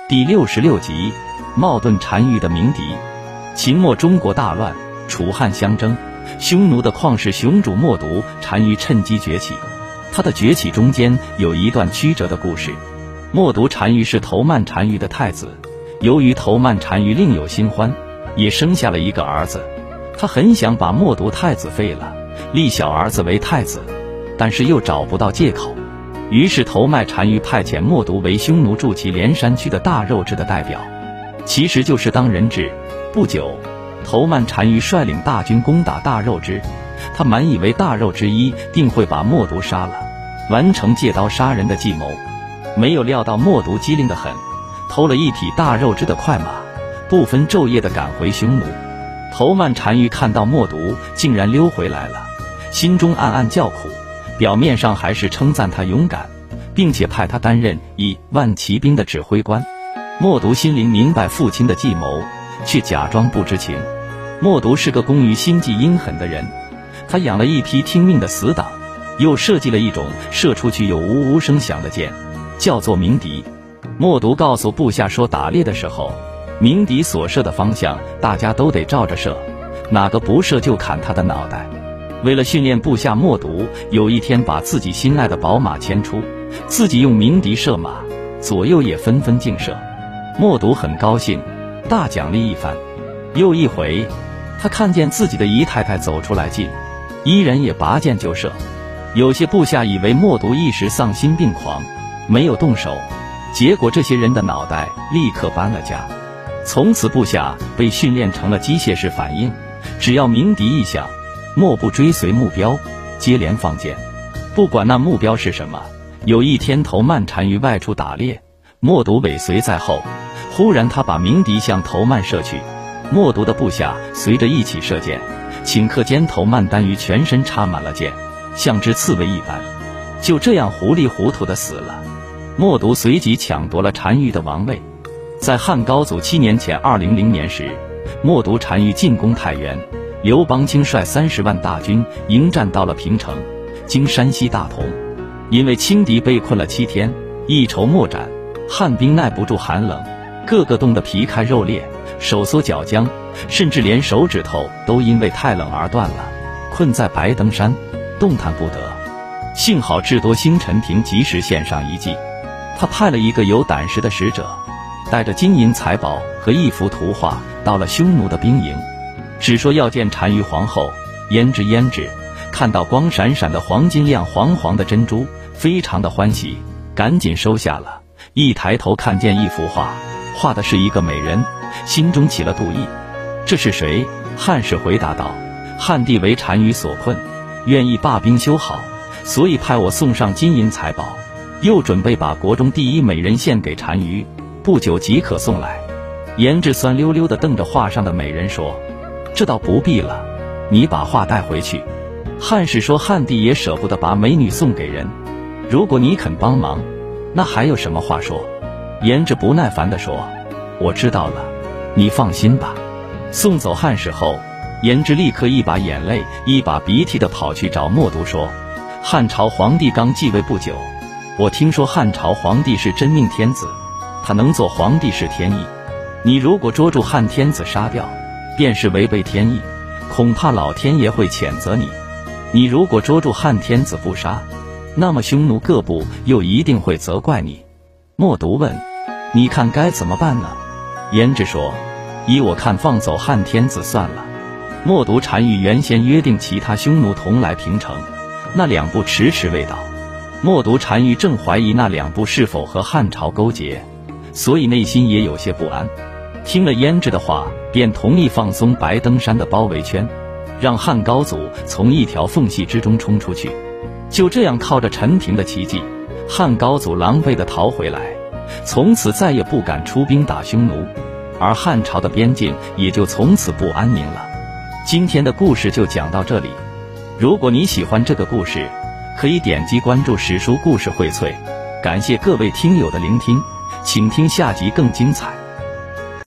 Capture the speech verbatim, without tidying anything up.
第六十六集，冒顿单于的鸣笛。秦末中国大乱，楚汉相争，匈奴的旷世雄主冒顿单于趁机崛起。他的崛起中间有一段曲折的故事。冒顿单于是头曼单于的太子，由于头曼单于另有新欢，也生下了一个儿子。他很想把冒顿太子废了，立小儿子为太子，但是又找不到借口。于是头曼单于派遣冒顿为匈奴筑起连山区的大肉质的代表，其实就是当人质。不久，头曼单于率领大军攻打大肉之，他满以为大肉之一定会把冒顿杀了，完成借刀杀人的计谋。没有料到冒顿机灵得很，偷了一匹大肉之的快马，不分昼夜地赶回匈奴。头曼单于看到冒顿竟然溜回来了，心中暗暗叫苦，表面上还是称赞他勇敢，并且派他担任一万骑兵的指挥官。冒顿心灵明白父亲的计谋，却假装不知情。冒顿是个工于心计阴狠的人，他养了一批听命的死党，又设计了一种射出去有呜呜声响的箭，叫做鸣笛。冒顿告诉部下说，打猎的时候，鸣笛所射的方向大家都得照着射，哪个不射就砍他的脑袋。为了训练部下，冒顿有一天把自己心爱的宝马牵出，自己用鸣笛射马，左右也纷纷竞射。冒顿很高兴，大奖励一番。又一回，他看见自己的姨太太走出来近，依然也拔剑就射。有些部下以为冒顿一时丧心病狂，没有动手，结果这些人的脑袋立刻搬了家。从此部下被训练成了机械式反应，只要鸣笛一响，莫不追随目标，接连放箭，不管那目标是什么。有一天头曼单于外出打猎，冒顿尾随在后，忽然他把鸣笛向头曼射去，冒顿的部下随着一起射箭，顷刻间头曼单于全身插满了箭，像只刺猬一般，就这样糊里糊涂的死了。冒顿随即抢夺了单于的王位。在汉高祖七年前二零零年时，冒顿单于进攻太原，刘邦亲率三十万大军迎战到了平城，经山西大同。因为轻敌被困了七天，一筹莫展，汉兵耐不住寒冷，个个冻得皮开肉裂，手缩脚僵，甚至连手指头都因为太冷而断了，困在白登山，动弹不得。幸好智多星陈平及时献上一计，他派了一个有胆识的使者，带着金银财宝和一幅图画到了匈奴的兵营，只说要见单于皇后。胭脂胭脂看到光闪闪的黄金亮黄黄的珍珠，非常的欢喜，赶紧收下了。一抬头看见一幅画，画的是一个美人，心中起了妒意。这是谁？汉使回答道，汉帝为单于所困，愿意罢兵修好，所以派我送上金银财宝，又准备把国中第一美人献给单于，不久即可送来。胭脂酸溜溜地瞪着画上的美人说，这倒不必了，你把画带回去。汉使说，汉帝也舍不得把美女送给人，如果你肯帮忙，那还有什么话说。胭脂不耐烦地说，我知道了，你放心吧。送走汉使后，胭脂立刻一把眼泪一把鼻涕地跑去找冒顿说，汉朝皇帝刚继位不久，我听说汉朝皇帝是真命天子，他能做皇帝是天意，你如果捉住汉天子杀掉，便是违背天意，恐怕老天爷会谴责你。你如果捉住汉天子不杀，那么匈奴各部又一定会责怪你。冒顿问，你看该怎么办呢？胭脂说，依我看放走汉天子算了。冒顿单于原先约定其他匈奴同来平城，那两部迟迟未到。冒顿单于正怀疑那两部是否和汉朝勾结，所以内心也有些不安。听了胭脂的话，便同意放松白登山的包围圈，让汉高祖从一条缝隙之中冲出去。就这样靠着陈平的奇迹，汉高祖狼狈地逃回来，从此再也不敢出兵打匈奴，而汉朝的边境也就从此不安宁了。今天的故事就讲到这里，如果你喜欢这个故事，可以点击关注史书故事荟萃。感谢各位听友的聆听，请听下集更精彩。